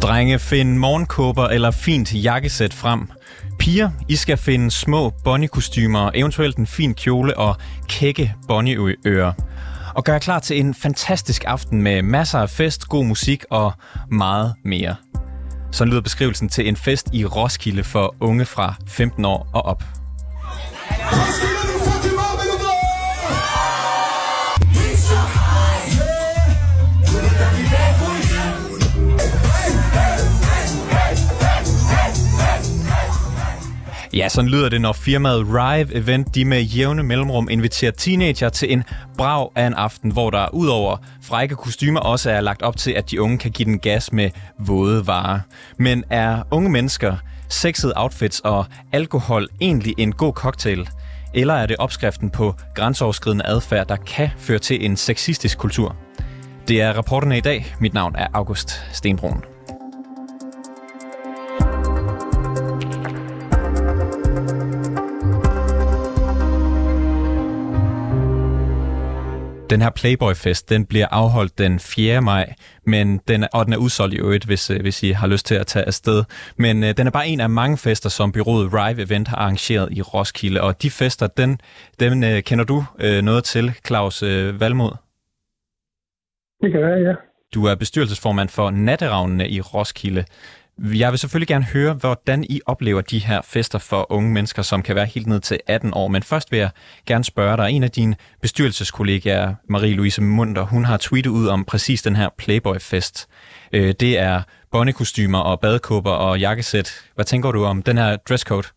Drenge, find morgenkåber eller fint jakkesæt frem. Piger, I skal finde små bunnykostymer, eventuelt en fin kjole og kække bunnyører. Og gør jer klar til en fantastisk aften med masser af fest, god musik og meget mere. Sådan lyder beskrivelsen til en fest i Roskilde for unge fra 15 år og op. Ja, sådan lyder det, når firmaet Rive Event de med jævne mellemrum inviterer teenager til en brag af en aften, hvor der udover frække kostymer også er lagt op til, at de unge kan give den gas med våde varer. Men er unge mennesker, sexede outfits og alkohol egentlig en god cocktail? Eller er det opskriften på grænseoverskridende adfærd, der kan føre til en sexistisk kultur? Det er rapporterne i dag. Mit navn er August Stenbrun. Den her Playboy-fest, den bliver afholdt den 4. maj, men den er udsolgt i øvrigt, hvis I har lyst til at tage afsted. Men den er bare en af mange fester, som bureauet Rive Event har arrangeret i Roskilde. Og de fester, den kender du noget til, Claus Valmod? Det kan være, ja. Du er bestyrelsesformand for Natteravnene i Roskilde. Jeg vil selvfølgelig gerne høre, hvordan I oplever de her fester for unge mennesker, som kan være helt ned til 18 år. Men først vil jeg gerne spørge dig. En af dine bestyrelseskollegaer, Marie-Louise Munter, hun har tweetet ud om præcis den her Playboy-fest. Det er bonnekostymer og badekåber og jakkesæt. Hvad tænker du om den her dresscode?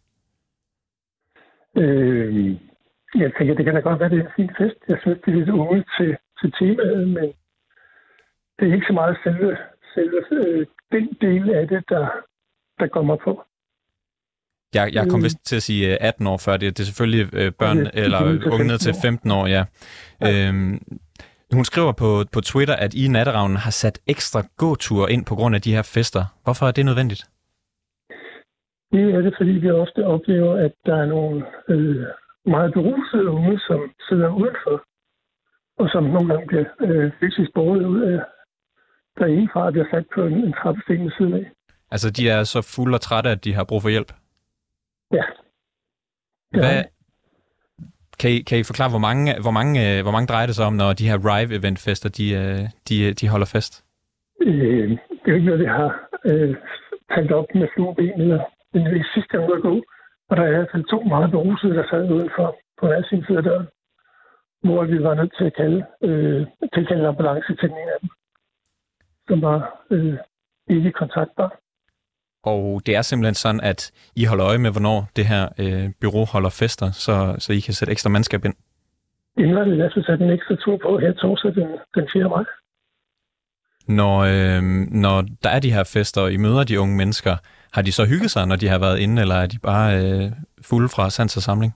Jeg tænker, det kan da godt være, det er en fin fest. Jeg synes, det er lidt unge til temaet, men det er ikke så meget selve den del af det, der kommer på. Jeg kom vist til at sige 18 år før. Det er selvfølgelig børn eller unge ned til 15 år, ja. Hun skriver på Twitter, at I Natteravnen har sat ekstra gåture ind på grund af de her fester. Hvorfor er det nødvendigt? Det er det, fordi vi ofte oplever, at der er nogle meget berusede unge, som sidder udenfor, og som nogle gange bliver fysisk båret ud af der er en fra, bliver sat på en trappesten ved siden af. Altså, de er så fulde og trætte, at de har brug for hjælp? Ja. Kan I forklare, hvor mange drejer det sig om, når de her Rive-event-fester, de holder fest? Det er jo ikke noget, vi har talt op med flueben, eller den sidste uge at gå. Og der er i hvert fald 2 meget berusede, der sad udenfor på hver sin side af døren, hvor vi var nødt til at tilkalde ambulance til den ene af dem, som var ikke kontaktbar. Og det er simpelthen sådan, at I holder øje med, hvornår det her bureau holder fester, så I kan sætte ekstra mandskab ind? Inden var det i hvert fald sat en ekstra tur på her torsdag den 4. maj. Når der er de her fester, og I møder de unge mennesker, har de så hygget sig, når de har været inde, eller er de bare fulde fra sans og samling?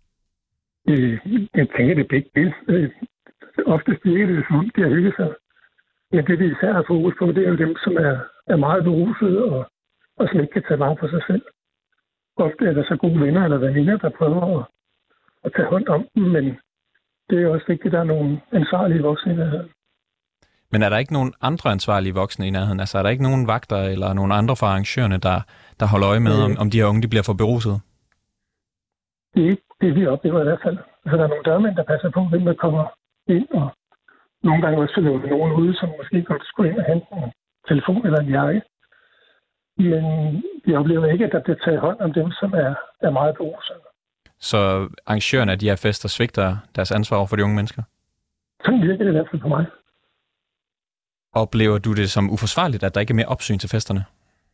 Jeg tænker, det er begge dele. Oftest virker det, som de har hygget sig. Men det, vi især har fokus på, det er jo dem, som er meget berusede og som ikke kan tage vare på sig selv. Ofte er der så gode venner eller veninder, der prøver at tage hånd om dem, men det er også vigtigt, at der er nogle ansvarlige voksne i nærheden. Men er der ikke nogen andre ansvarlige voksne i nærheden? Altså er der ikke nogen vagter eller nogen andre fra arrangørerne, der holder øje med, om de her unge de bliver for berusede? Det er ikke det, vi oplever i hvert fald. Så der er nogle dørmænd, der passer på, hvem der kommer ind, og nogle gange også løber nogen ude, som måske godt skulle ind og hente en telefon eller en jakke. Men vi oplever ikke, at der bliver taget hånd om dem, som er meget berusede. Så arrangørerne af de her fester svigter deres ansvar over for de unge mennesker? Sådan virker det i hvert fald på mig. Oplever du det som uforsvarligt, at der ikke er mere opsyn til festerne?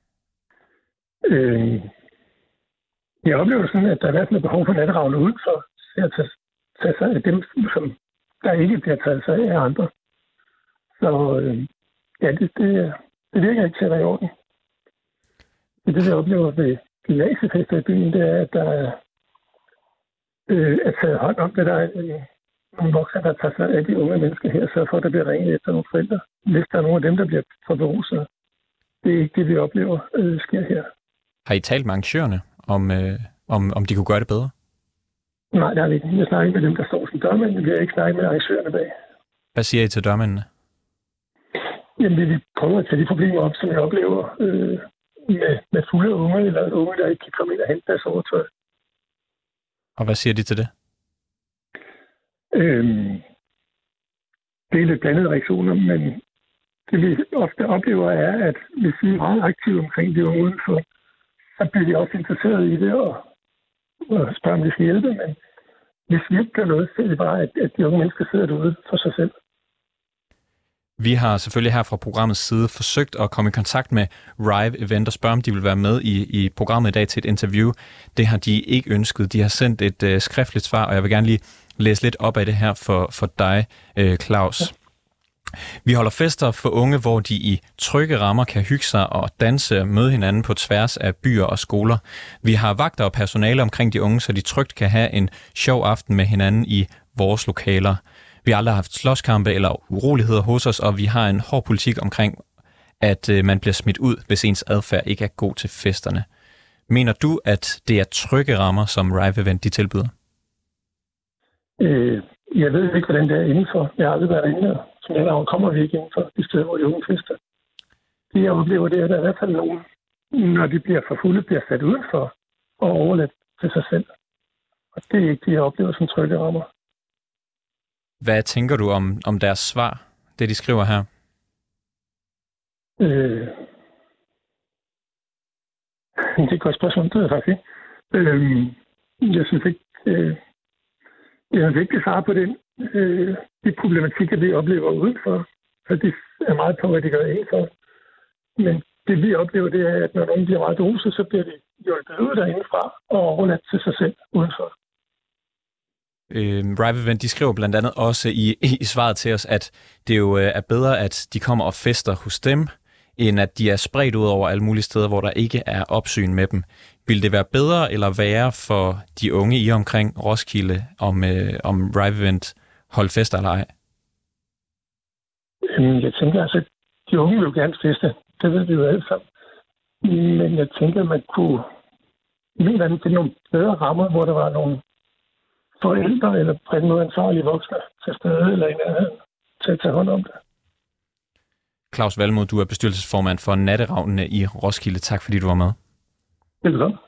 Jeg oplever sådan, at der er i hvert fald behov for natteravne udenfor at tage sig af dem, som der ikke bliver taget sig af andre. Så ja, det virker ikke til at være i orden. Det, jeg oplever ved gymnasiefester i byen, det er, at der er taget hånd om det. Der er nogle voksne, der tager sig af de unge mennesker her, så for at der bliver ringet efter nogle forældre. Hvis der er nogle af dem, der bliver for beruset. Det er ikke det, vi oplever sker her. Har I talt med arrangørerne om de kunne gøre det bedre? Nej, det har vi ikke. Jeg snakker med dem, der står som dørmænd. Vi har ikke snakket med arrangørerne bag. Hvad siger I til dørmændene? Jamen, vi prøver at tage de problemer op, som jeg oplever med fulde unge, eller unge, der ikke kan komme ind og hente deres overtøj. Og hvad siger de til det? Det er lidt blandede reaktioner, men det vi ofte oplever er, at hvis vi er meget aktive omkring de unge udenfor, så bliver de også interesseret i det og spørger, om de skal hjælpe, men hvis vi ikke gør noget, så er det bare, at de unge mennesker sidder derude for sig selv. Vi har selvfølgelig her fra programmets side forsøgt at komme i kontakt med Rive Event og spørge, om de vil være med i programmet i dag til et interview. Det har de ikke ønsket. De har sendt et skriftligt svar, og jeg vil gerne lige læse lidt op af det her for dig, Claus. Ja. Vi holder fester for unge, hvor de i trygge rammer kan hygge sig og danse og møde hinanden på tværs af byer og skoler. Vi har vagter og personale omkring de unge, så de trygt kan have en sjov aften med hinanden i vores lokaler. Vi har aldrig haft slåskampe eller uroligheder hos os, og vi har en hård politik omkring, at man bliver smidt ud, hvis ens adfærd ikke er god til festerne. Mener du, at det er trygge rammer, som Rive Event de tilbyder? Jeg ved ikke, hvordan det er indenfor. Jeg har aldrig været inde, som jeg kommer vi ikke indenfor de steder, hvor de unge fester. Det jeg oplever, det er, at der er i hvert fald nogen, når de bliver for fulde, bliver sat udenfor og overladt til sig selv. Og det er ikke det, jeg oplever som trygge rammer. Hvad tænker du om deres svar, det de skriver her? Det er et godt spørgsmål, det ved jeg faktisk ikke. Jeg synes ikke, jeg har ikke svar på de problematikker, vi oplever udenfor. Så det er meget på, hvad de gør indenfor. Men det vi oplever, det er, at når nogen bliver meget ruset, så bliver de hjulpet ud derindefra og overladt til sig selv udenfor. Rive Event, de skriver blandt andet også i svaret til os, at det jo er bedre, at de kommer og fester hos dem, end at de er spredt ud over alle mulige steder, hvor der ikke er opsyn med dem. Vil det være bedre eller værre for de unge i omkring Roskilde, om Rive Event holdt fester eller ej? Jeg tænker altså, de unge vil jo gerne feste. Det ved vi jo alle sammen. Men jeg tænker, at man kunne finde nogle bedre rammer, hvor der var nogle forældre eller på en måde ansvarlige voksne til stede eller en anden til at tage hånd om det. Claus Valmod, du er bestyrelsesformand for Natteravnene i Roskilde. Tak fordi du var med. Velkommen.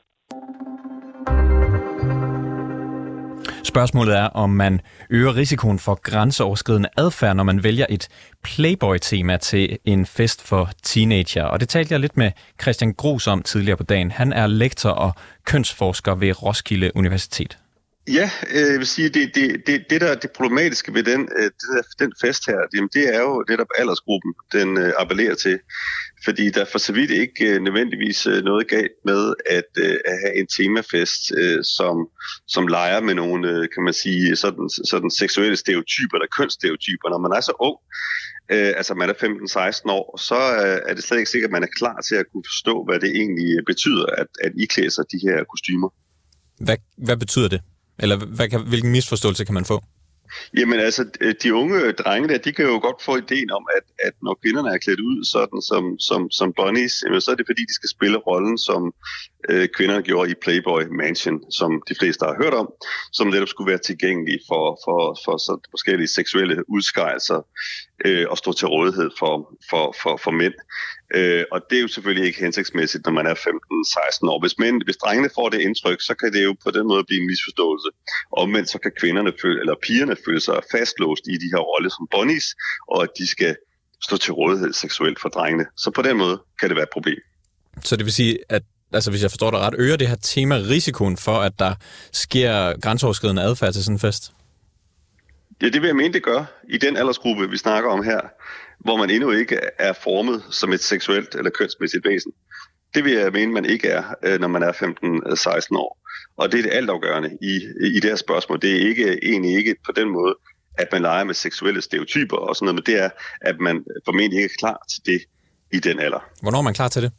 Spørgsmålet er, om man øger risikoen for grænseoverskridende adfærd, når man vælger et Playboy-tema til en fest for teenager. Og det talte jeg lidt med Christian Grus om tidligere på dagen. Han er lektor og kønsforsker ved Roskilde Universitet. Ja, jeg vil sige, det der er det problematiske ved den fest her, det er jo netop aldersgruppen, den appellerer til. Fordi der for så vidt ikke nødvendigvis noget galt med at have en temafest, som leger med nogle, kan man sige, sådan seksuelle stereotyper eller kønsstereotyper. Når man er så ung, altså man er 15-16 år, så er det slet ikke sikkert, at man er klar til at kunne forstå, hvad det egentlig betyder, at iklæde sig de her kostymer. Hvad betyder det? Eller hvilken misforståelse kan man få? Jamen altså, de unge drenge der, de kan jo godt få ideen om, at når kvinderne er klædt ud sådan som bunnies, så er det fordi, de skal spille rollen, som kvinderne gjorde i Playboy Mansion, som de fleste har hørt om, som netop skulle være tilgængelige for så forskellige seksuelle udskejelser og stå til rådighed for mænd. Og det er jo selvfølgelig ikke hensigtsmæssigt, når man er 15-16 år. Hvis drengene får det indtryk, så kan det jo på den måde blive en misforståelse. Omvendt så kan pigerne føle sig fastlåst i de her roller som bunnies, og at de skal stå til rådighed seksuelt for drengene. Så på den måde kan det være et problem. Så det vil sige, at hvis jeg forstår dig ret, øger det her tema risikoen for, at der sker grænseoverskridende adfærd til sådan en fest? Ja, det vil jeg mene, det gør i den aldersgruppe, vi snakker om her, hvor man endnu ikke er formet som et seksuelt eller kønsmæssigt væsen. Det vil jeg mene, man ikke er, når man er 15-16 år. Og det er det altafgørende i det her spørgsmål. Det er egentlig ikke på den måde, at man leger med seksuelle stereotyper og sådan noget, men det er, at man formentlig ikke er klar til det i den alder. Hvornår er man klar til det?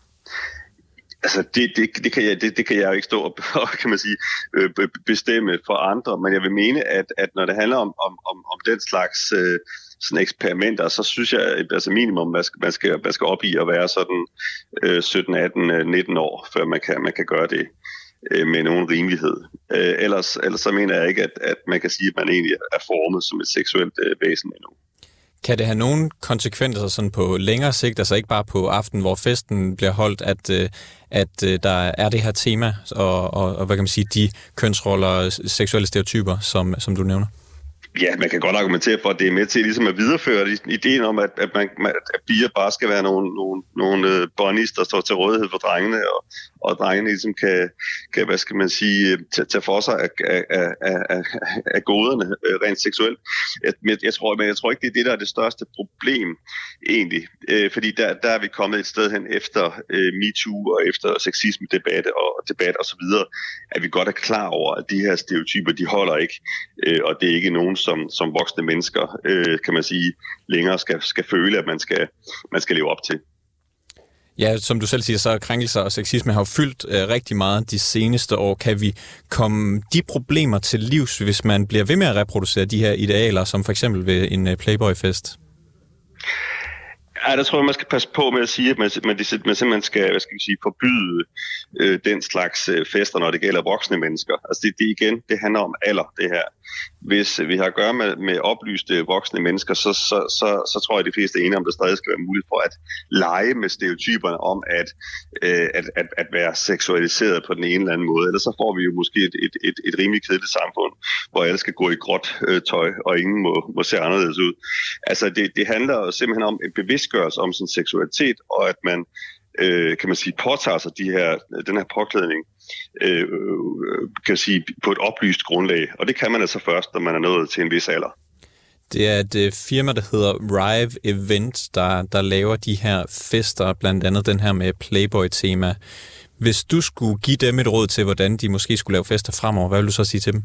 Altså, det kan jeg jo ikke stå og kan man sige, bestemme for andre, men jeg vil mene, at når det handler om den slags sådan eksperimenter, så synes jeg, altså minimum, man skal op i at være sådan 17, 18, 19 år, før man kan gøre det med nogen rimelighed. Ellers så mener jeg ikke, at man kan sige, at man egentlig er formet som et seksuelt væsen endnu. Kan det have nogle konsekvenser sådan på længere sigt, altså ikke bare på aftenen, hvor festen bliver holdt, at der er det her tema, og hvad kan man sige, de kønsroller og seksuelle stereotyper, som du nævner? Ja, man kan godt argumentere for, at det er med til ligesom at videreføre ideen om, at piger bare skal være nogle bunnies, der står til rådighed for drengene, og drengene ligesom kan hvad skal man sige, tage for sig af goderne rent seksuelt. Jeg tror ikke, det er det, der er det største problem egentlig, fordi der er vi kommet et sted hen efter MeToo og efter sexisme-debat og så videre, at vi godt er klar over, at de her stereotyper, de holder ikke, og det er ikke nogen, som voksne mennesker, kan man sige, længere skal føle, at man skal leve op til. Ja, som du selv siger, så krænkelser og sexisme har jo fyldt rigtig meget de seneste år. Kan vi komme de problemer til livs, hvis man bliver ved med at reproducere de her idealer, som for eksempel ved en Playboy-fest? Ja, der tror jeg, man skal passe på med at sige, at man simpelthen skal, hvad skal vi sige, forbyde den slags fester, når det gælder voksne mennesker. Altså det handler om alder, det her. Hvis vi har at gøre med oplyste voksne mennesker, så tror jeg, at de fleste er enige om, at der stadig skal være mulighed for at lege med stereotyperne om at være seksualiseret på den ene eller anden måde. Ellers så får vi jo måske et rimelig kedeligt samfund, hvor alle skal gå i gråt tøj, og ingen må se anderledes ud. Altså det handler simpelthen om en bevidstgørelse om sin seksualitet, og at man kan man sige, påtager sig den her påklædning kan sige, på et oplyst grundlag. Og det kan man altså først, når man er nået til en vis alder. Det er et firma, der hedder Rive Event, der laver de her fester, blandt andet den her med Playboy-tema. Hvis du skulle give dem et råd til, hvordan de måske skulle lave fester fremover, hvad vil du så sige til dem?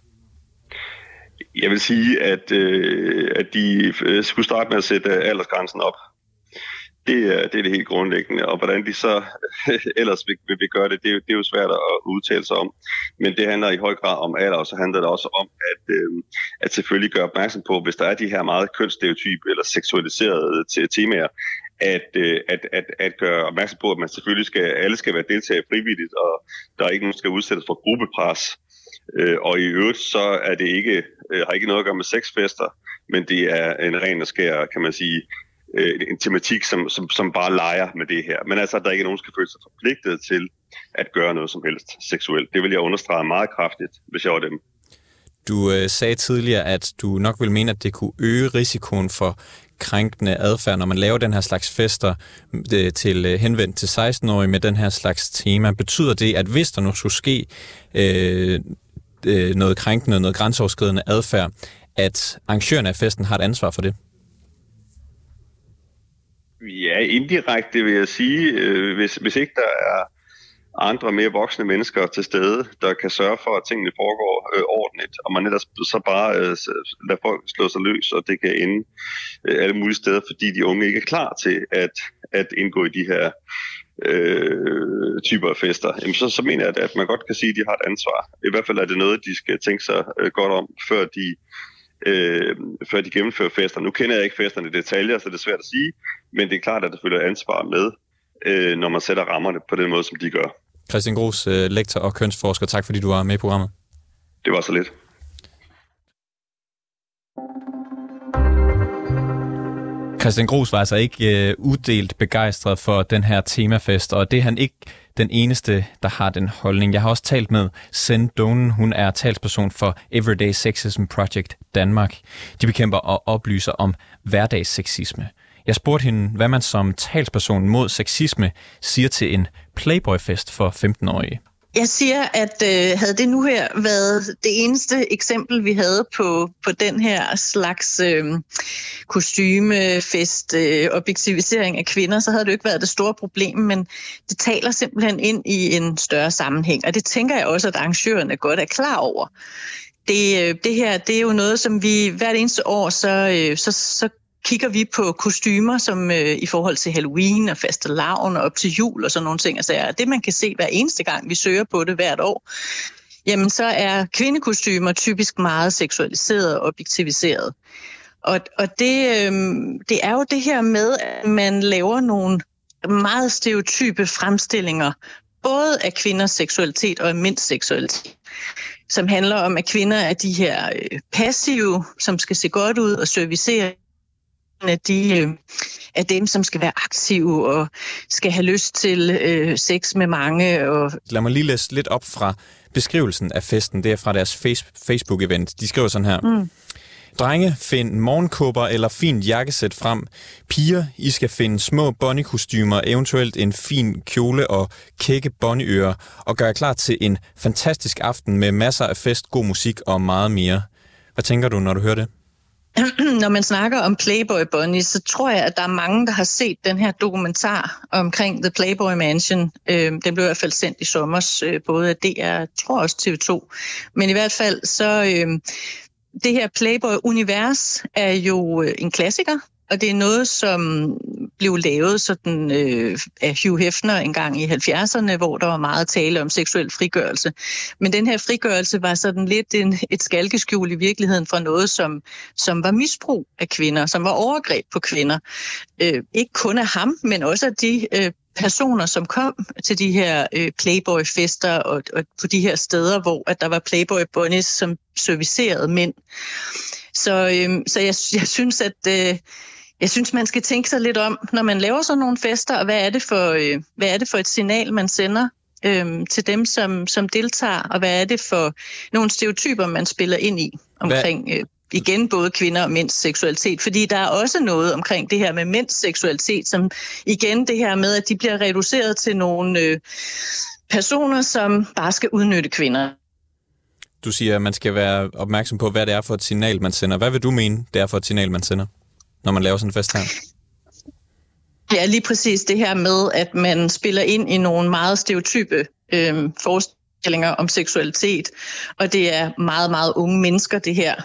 Jeg vil sige, at de skulle starte med at sætte aldersgrænsen op. Det er det helt grundlæggende, og hvordan de så ellers vil gøre det, det er jo svært at udtale sig om. Men det handler i høj grad om alder, og så handler det også om at selvfølgelig gøre opmærksom på, hvis der er de her meget kønsstereotype eller seksualiserede temaer, at gøre opmærksom på, at man selvfølgelig alle skal være deltager frivilligt, og der er ikke nogen, der skal udsættes for gruppepres. Og i øvrigt så er det har ikke noget at gøre med sexfester, men det er en ren og skær, kan man sige, en tematik, som bare leger med det her. Men altså, at der ikke er nogen, der skal føle sig forpligtet til at gøre noget som helst seksuelt. Det vil jeg understrege meget kraftigt, hvis jeg var dem. Du sagde tidligere, at du nok ville mene, at det kunne øge risikoen for krænkende adfærd, når man laver den her slags fester henvendt til 16-årige med den her slags tema. Betyder det, at hvis der nu skulle ske noget krænkende, noget grænseoverskridende adfærd, at arrangørerne af festen har et ansvar for det? Ja, indirekte vil jeg sige, hvis ikke der er andre mere voksne mennesker til stede, der kan sørge for, at tingene foregår ordentligt, og man netop så bare lader folk slå sig løs, og det kan ende alle mulige steder, fordi de unge ikke er klar til at indgå i de her typer af fester, jamen så mener jeg, at man godt kan sige, at de har et ansvar. I hvert fald er det noget, de skal tænke sig godt om, før de gennemfører fester. Nu kender jeg ikke festerne i detaljer, så det er svært at sige, men det er klart, at der følger ansvar med, når man sætter rammerne på den måde, som de gør. Christian Gros, lektor og kønsforsker, tak fordi du var med i programmet. Det var så lidt. Christian Gros var altså ikke udelt begejstret for den her temafest, og det er han ikke den eneste, der har den holdning. Jeg har også talt med Sen Donen, hun er talsperson for Everyday Sexism Project Danmark. De bekæmper og oplyser om hverdagssexisme. Jeg spurgte hende, hvad man som talsperson mod sexisme siger til en Playboy-fest for 15-årige. Jeg siger, at havde det nu her været det eneste eksempel, vi havde på den her slags kostymefest, objektivisering af kvinder, så havde det jo ikke været det store problem, men det taler simpelthen ind i en større sammenhæng, og det tænker jeg også, at arrangørerne godt er klar over. Det her, det er jo noget, som vi hvert eneste år, så kigger vi på kostymer, som i forhold til Halloween og fastelavn og op til jul og sådan nogle ting. Altså det, man kan se hver eneste gang, vi søger på det hvert år, jamen så er kvindekostymer typisk meget seksualiseret og objektiviseret. Og det er jo det her med, at man laver nogle meget stereotype fremstillinger, både af kvinders seksualitet og af mænds seksualitet, som handler om, at kvinder er de her passive, som skal se godt ud og servicere af dem, som skal være aktive og skal have lyst til sex med mange. Og lad mig lige læse lidt op fra beskrivelsen af festen. Det er fra deres Facebook-event. De skriver sådan her. Drenge, find morgenkåber eller fint jakkesæt frem. Piger, I skal finde små Bonnie-kostymer, eventuelt en fin kjole og kække Bonnie-ører, og gør jer klar til en fantastisk aften med masser af fest, god musik og meget mere. Hvad tænker du, når du hører det? Når man snakker om Playboy Bunny, så tror jeg, at der er mange, der har set den her dokumentar omkring The Playboy Mansion. Den blev i hvert fald sendt i sommers, både af DR, tror også TV2. Men i hvert fald så... Det her Playboy-univers er jo en klassiker, og det er noget, som blev lavet sådan, af Hugh Hefner engang i 70'erne, hvor der var meget tale om seksuel frigørelse. Men den her frigørelse var sådan lidt et skalkeskjul i virkeligheden for noget, som var misbrug af kvinder, som var overgreb på kvinder. Ikke kun af ham, men også af de personer, som kom til de her Playboy-fester og på de her steder, hvor at der var Playboy-bunnies, som servicerede mænd. Så jeg synes, at jeg synes, man skal tænke sig lidt om, når man laver sådan nogle fester, og hvad er det for et signal, man sender til dem, som deltager, og hvad er det for nogle stereotyper, man spiller ind i omkring igen både kvinder og mænds seksualitet, fordi der er også noget omkring det her med mænds seksualitet, som igen det her med, at de bliver reduceret til nogle personer, som bare skal udnytte kvinder. Du siger, at man skal være opmærksom på, hvad det er for et signal, man sender. Hvad vil du mene, det er for et signal, man sender, når man laver sådan en fest her? Ja, lige præcis det her med, at man spiller ind i nogle meget stereotype forestillinger om seksualitet, og det er meget, meget unge mennesker, det her,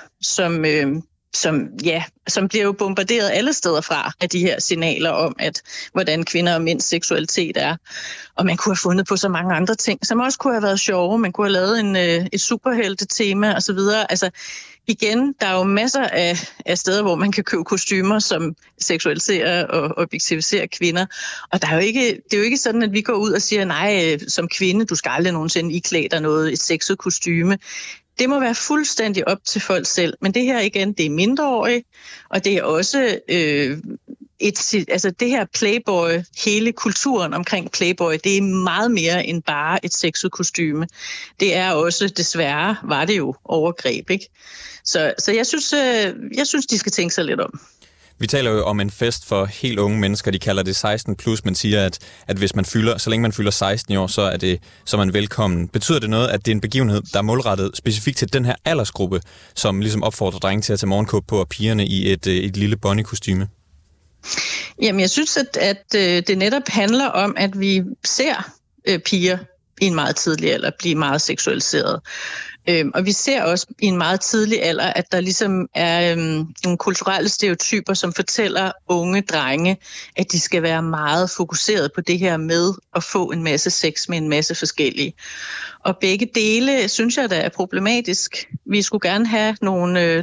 som bliver jo bombarderet alle steder fra af de her signaler om, at hvordan kvinder og mænds seksualitet er. Og man kunne have fundet på så mange andre ting, som også kunne have været sjove. Man kunne have lavet et superhelte-tema osv. Altså igen, der er jo masser af steder, hvor man kan købe kostymer, som seksualiserer og objektiviserer kvinder. Og det er jo ikke sådan, at vi går ud og siger, nej, som kvinde, du skal aldrig nogensinde iklæde dig et sexet kostyme. Det må være fuldstændig op til folk selv. Men det her igen, det er mindreårige, og det er også det her Playboy, hele kulturen omkring Playboy, det er meget mere end bare et sexet kostyme. Det er også, desværre, var det jo overgreb, ikke? Så jeg synes, de skal tænke sig lidt om. Vi taler jo om en fest for helt unge mennesker. De kalder det 16 plus, men siger, at hvis man så længe man fylder 16 år, så er man velkommen. Betyder det noget, at det er en begivenhed, der er målrettet specifikt til den her aldersgruppe, som ligesom opfordrer drenge til at tage morgenkåb på, og pigerne i et lille Bonnie-kostyme? Jamen, jeg synes, at det netop handler om, at vi ser piger i en meget tidlig alder blive meget seksualiseret. Og vi ser også i en meget tidlig alder, at der ligesom er nogle kulturelle stereotyper, som fortæller unge drenge, at de skal være meget fokuseret på det her med at få en masse sex med en masse forskellige. Og begge dele synes jeg, der er problematisk. Vi skulle gerne have nogle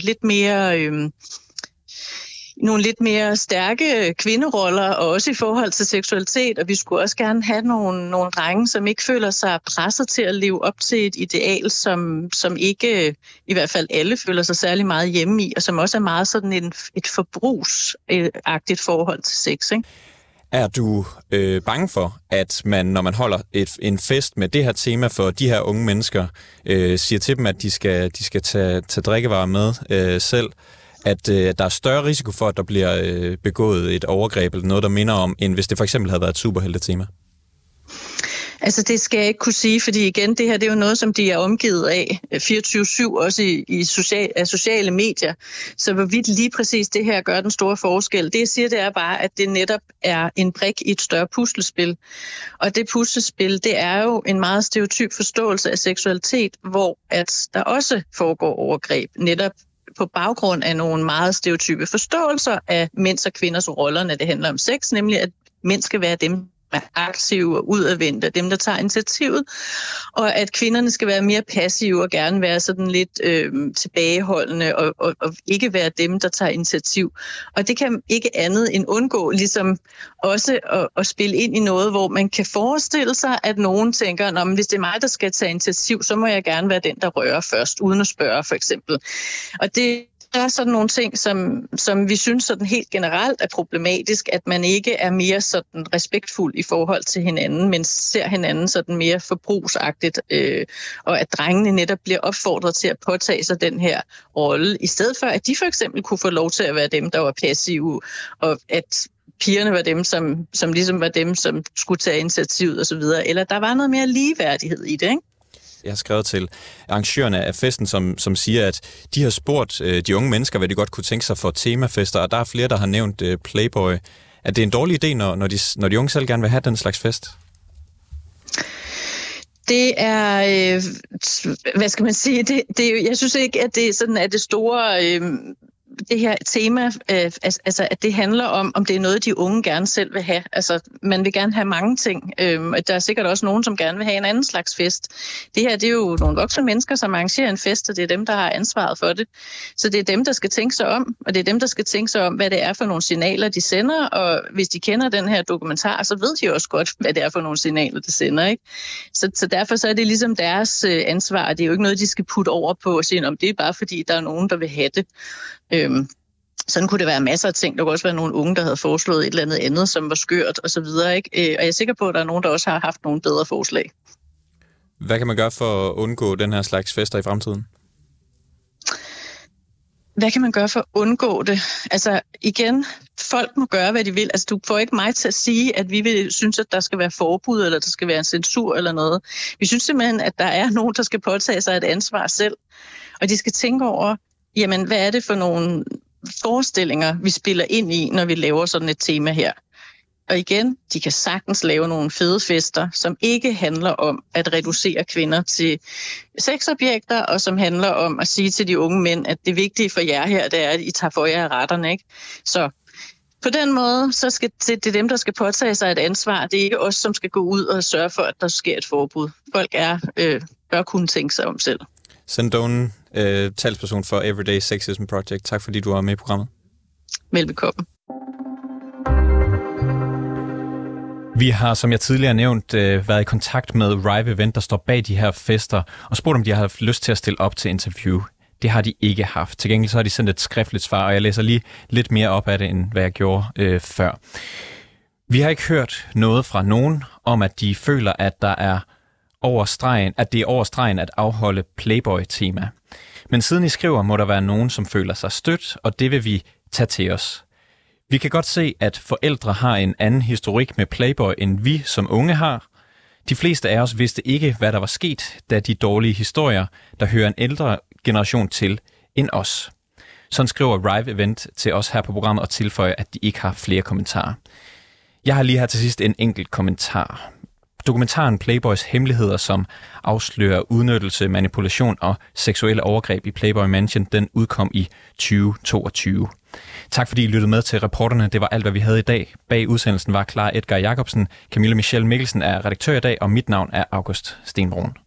lidt mere stærke kvinderoller, og også i forhold til seksualitet, og vi skulle også gerne have nogle drenge, som ikke føler sig presset til at leve op til et ideal, som ikke, i hvert fald alle, føler sig særlig meget hjemme i, og som også er meget sådan et forbrugsagtigt forhold til sex, ikke? Er du bange for, at man, når man holder en fest med det her tema for de her unge mennesker, siger til dem, at de skal tage drikkevarer med selv, at der er større risiko for, at der bliver begået et overgreb eller noget, der minder om, end hvis det for eksempel havde været et superheltetema? Altså det skal jeg ikke kunne sige, fordi igen, det her det er jo noget, som de er omgivet af 24/7, også i sociale medier. Så hvorvidt lige præcis det her gør den store forskel, det jeg siger, det er bare, at det netop er en brik i et større puslespil. Og det puslespil, det er jo en meget stereotyp forståelse af seksualitet, hvor at der også foregår overgreb, netop på baggrund af nogle meget stereotype forståelser af mænds og kvinders roller, når det handler om sex, nemlig at mænd skal være dem, der er aktive og udadvendte, dem, der tager initiativet, og at kvinderne skal være mere passive og gerne være sådan lidt tilbageholdende og ikke være dem, der tager initiativ. Og det kan ikke andet end undgå ligesom også at spille ind i noget, hvor man kan forestille sig, at nogen tænker, hvis det er mig, der skal tage initiativ, så må jeg gerne være den, der rører først, uden at spørge for eksempel. Og det der er sådan nogle ting, som vi synes sådan helt generelt er problematisk, at man ikke er mere sådan respektfuld i forhold til hinanden, men ser hinanden sådan mere forbrugsagtigt, og at drengene netop bliver opfordret til at påtage sig den her rolle, i stedet for at de for eksempel kunne få lov til at være dem, der var passive, og at pigerne var dem, som ligesom var dem, som skulle tage initiativet osv., eller der var noget mere ligeværdighed i det, ikke? Jeg har skrevet til arrangørerne af festen, som siger, at de har spurgt de unge mennesker, hvad de godt kunne tænke sig for temafester, og der er flere, der har nævnt Playboy. Er det en dårlig idé, når de unge selv gerne vil have den slags fest? Det er, hvad skal man sige, jeg synes ikke, at det sådan er det store... det her tema, altså at det handler om det er noget, de unge gerne selv vil have. Altså, man vil gerne have mange ting. Der er sikkert også nogen, som gerne vil have en anden slags fest. Det her, det er jo nogle voksne mennesker, som arrangerer en fest, og det er dem, der har ansvaret for det. Så det er dem, der skal tænke sig om, og det er dem, der skal tænke sig om, hvad det er for nogle signaler, de sender. Og hvis de kender den her dokumentar, så ved de også godt, hvad det er for nogle signaler, de sender, ikke? Så derfor så er det ligesom deres ansvar. Det er jo ikke noget, de skal putte over på og sige, om det er bare fordi, der er nogen, der vil have det. Sådan kunne det være masser af ting. Der kunne også være nogle unge, der havde foreslået et eller andet, som var skørt og så videre, ikke? Og jeg er sikker på, at der er nogen, der også har haft nogle bedre forslag. Hvad kan man gøre for at undgå den her slags fester i fremtiden? Hvad kan man gøre for at undgå det? Altså igen, folk må gøre, hvad de vil. Altså du får ikke mig til at sige, at vi vil synes, at der skal være forbud, eller der skal være en censur eller noget. Vi synes simpelthen, at der er nogen, der skal påtage sig et ansvar selv. Og de skal tænke over, jamen hvad er det for nogle forestillinger, vi spiller ind i, når vi laver sådan et tema her. Og igen, de kan sagtens lave nogle fede fester, som ikke handler om at reducere kvinder til sexobjekter, og som handler om at sige til de unge mænd, at det vigtige for jer her, det er, at I tager for jer af retterne, ikke? Så på den måde, så skal det er dem, der skal påtage sig et ansvar. Det er ikke os, som skal gå ud og sørge for, at der sker et forbud. Folk bør kunne tænke sig om selv. Sandone, talsperson for Everyday Sexism Project. Tak fordi du var med i programmet. Velbekomme. Vi har, som jeg tidligere nævnt, været i kontakt med Rive Event, der står bag de her fester, og spurgt, om de har haft lyst til at stille op til interview. Det har de ikke haft. Til gengæld så har de sendt et skriftligt svar, og jeg læser lige lidt mere op af det, end hvad jeg gjorde før. Vi har ikke hørt noget fra nogen om, at de føler, at der er at det er over stregen at afholde Playboy-tema. Men siden I skriver, må der være nogen, som føler sig stødt, og det vil vi tage til os. Vi kan godt se, at forældre har en anden historik med Playboy, end vi som unge har. De fleste af os vidste ikke, hvad der var sket, da de dårlige historier, der hører en ældre generation til, end os. Sådan skriver Rive Event til os her på programmet og tilføjer, at de ikke har flere kommentarer. Jeg har lige her til sidst en enkelt kommentar. Dokumentaren Playboys hemmeligheder, som afslører udnyttelse, manipulation og seksuelle overgreb i Playboy Mansion, den udkom i 2022. Tak fordi I lyttede med til Reporterne. Det var alt, hvad vi havde i dag. Bag udsendelsen var Clara Edgar Jacobsen. Camilla Michelle Mikkelsen er redaktør i dag, og mit navn er August Stenbrun.